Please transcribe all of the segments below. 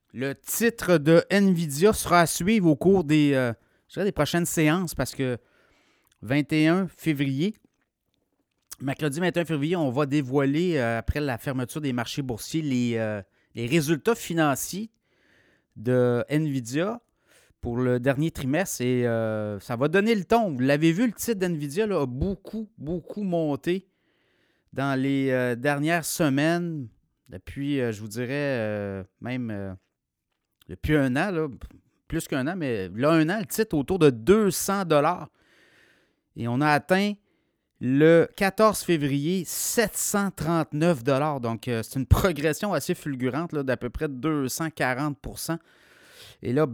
Le titre de NVIDIA sera à suivre au cours des prochaines séances parce que 21 février, mercredi 21 février, on va dévoiler, après la fermeture des marchés boursiers, les résultats financiers de NVIDIA pour le dernier trimestre et ça va donner le ton. Vous l'avez vu, le titre d'NVIDIA là, a beaucoup, beaucoup monté dans les dernières semaines, depuis, je vous dirais, même depuis un an, là, plus qu'un an, mais là, un an, le titre autour de 200 dollars. Et on a atteint le 14 février 739 dollars. Donc, c'est une progression assez fulgurante là, d'à peu près 240 %. Et là,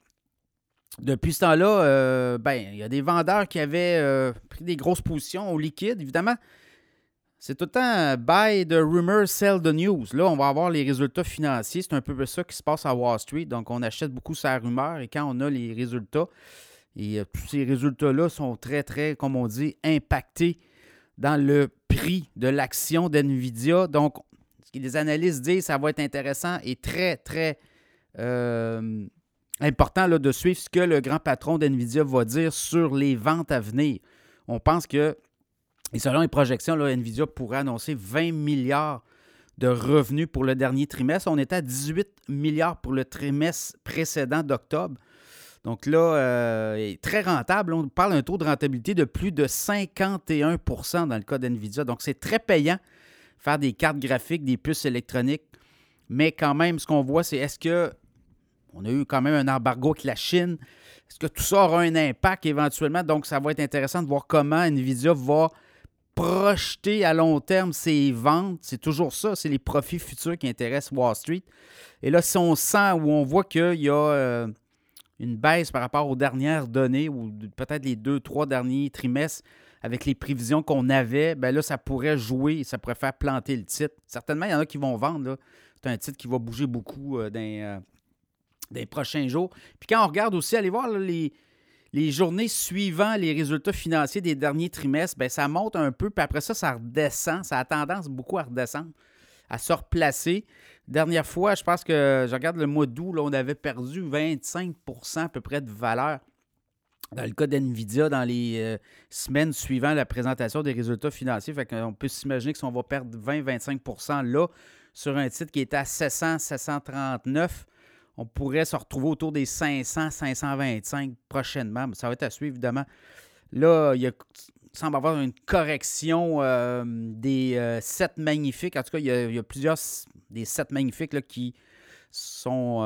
depuis ce temps-là, il y a des vendeurs qui avaient pris des grosses positions au liquide. Évidemment, c'est tout le temps buy the rumor, sell the news. Là, on va avoir les résultats financiers. C'est un peu ça qui se passe à Wall Street. Donc, on achète beaucoup sa rumeur et quand on a les résultats, et tous ces résultats-là sont très, très, comme on dit, impactés dans le prix de l'action d'NVIDIA. Donc, ce que les analystes disent, ça va être intéressant et très, très important là, de suivre ce que le grand patron d'NVIDIA va dire sur les ventes à venir. On pense que, et selon les projections, là, NVIDIA pourrait annoncer 20 milliards de revenus pour le dernier trimestre. On était à 18 milliards pour le trimestre précédent d'octobre. Donc là, est très rentable. On parle d'un taux de rentabilité de plus de 51 % dans le cas d'NVIDIA. Donc, c'est très payant faire des cartes graphiques, des puces électroniques. Mais quand même, ce qu'on voit, c'est est-ce que on a eu quand même un embargo avec la Chine? Est-ce que tout ça aura un impact éventuellement? Donc, ça va être intéressant de voir comment NVIDIA va projeter à long terme ses ventes. C'est toujours ça, c'est les profits futurs qui intéressent Wall Street. Et là, si on sent ou on voit qu'il y a une baisse par rapport aux dernières données ou peut-être les 2-3 derniers trimestres avec les prévisions qu'on avait, bien là, ça pourrait jouer, ça pourrait faire planter le titre. Certainement, il y en a qui vont vendre. Là. C'est un titre qui va bouger beaucoup dans les prochains jours. Puis quand on regarde aussi, allez voir là, les journées suivant les résultats financiers des derniers trimestres, bien, ça monte un peu, puis après ça, ça redescend. Ça a tendance beaucoup à redescendre, à se replacer. Dernière fois, je pense que, je regarde le mois d'août, là, on avait perdu 25 % à peu près de valeur dans le cas d'NVIDIA dans les semaines suivant la présentation des résultats financiers. Fait qu'on peut s'imaginer que si on va perdre 20-25 % là, sur un titre qui était à 700-739, on pourrait se retrouver autour des 500-525 prochainement. Ça va être à suivre, évidemment. Là, il semble y avoir une correction des 7 magnifiques. En tout cas, il y a plusieurs des 7 magnifiques là, qui sont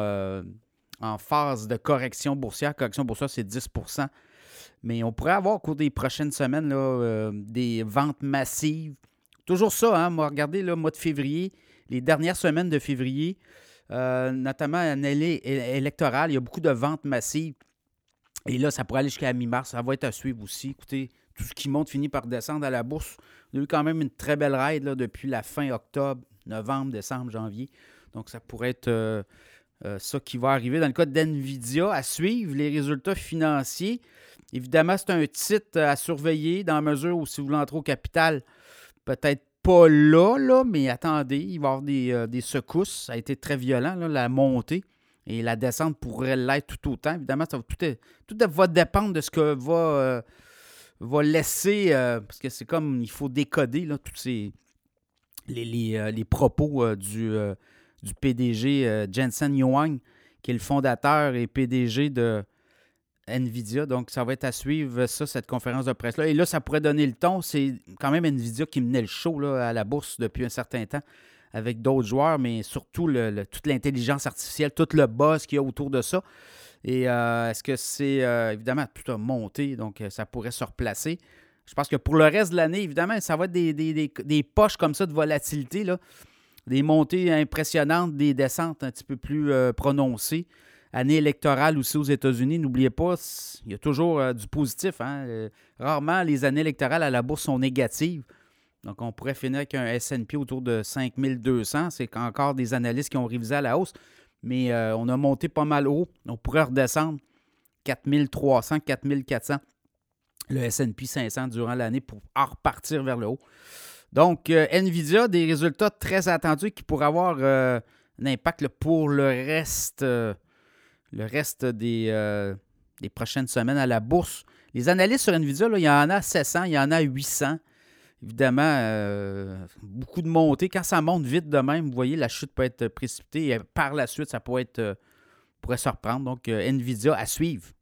en phase de correction boursière. Correction boursière, c'est 10 %. Mais on pourrait avoir au cours des prochaines semaines là, des ventes massives. Toujours ça, hein? Moi, regardez le mois de février, les dernières semaines de février, notamment en année électorale, il y a beaucoup de ventes massives. Et là, ça pourrait aller jusqu'à mi-mars. Ça va être à suivre aussi. Écoutez, tout ce qui monte finit par descendre à la bourse. On a eu quand même une très belle ride là, depuis la fin octobre, novembre, décembre, janvier. Donc, ça pourrait être ça qui va arriver. Dans le cas d'NVIDIA, à suivre les résultats financiers. Évidemment, c'est un titre à surveiller dans la mesure où si vous voulez entrer au capital, peut-être pas là, mais attendez, il va y avoir des secousses. Ça a été très violent, là, la montée. Et la descente pourrait l'être tout autant. Évidemment, tout va dépendre de ce que va laisser, parce que c'est comme, il faut décoder là, tous les propos du PDG Jensen Huang, qui est le fondateur et PDG de NVIDIA. Donc, ça va être à suivre, ça, cette conférence de presse-là. Et là, ça pourrait donner le ton. C'est quand même NVIDIA qui menait le show là, à la bourse depuis un certain temps avec d'autres joueurs, mais surtout toute l'intelligence artificielle, tout le buzz qu'il y a autour de ça. Et est-ce que c'est... évidemment, tout a monté, donc ça pourrait se replacer. Je pense que pour le reste de l'année, évidemment, ça va être des poches comme ça de volatilité, là. Des montées impressionnantes, des descentes un petit peu plus prononcées. Année électorale aussi aux États-Unis, n'oubliez pas, il y a toujours du positif. Hein? Rarement, les années électorales à la bourse sont négatives. Donc, on pourrait finir avec un S&P autour de 5200. C'est encore des analystes qui ont révisé à la hausse. Mais on a monté pas mal haut. On pourrait redescendre 4300, 4400, le S&P 500 durant l'année pour repartir vers le haut. Donc, NVIDIA, des résultats très attendus qui pourraient avoir impact là, pour le reste des prochaines semaines à la bourse. Les analystes sur NVIDIA, là, il y en a 700, il y en a 800. Évidemment, beaucoup de montées. Quand ça monte vite de même, vous voyez, la chute peut être précipitée et par la suite, ça pourrait se reprendre. Donc, NVIDIA à suivre.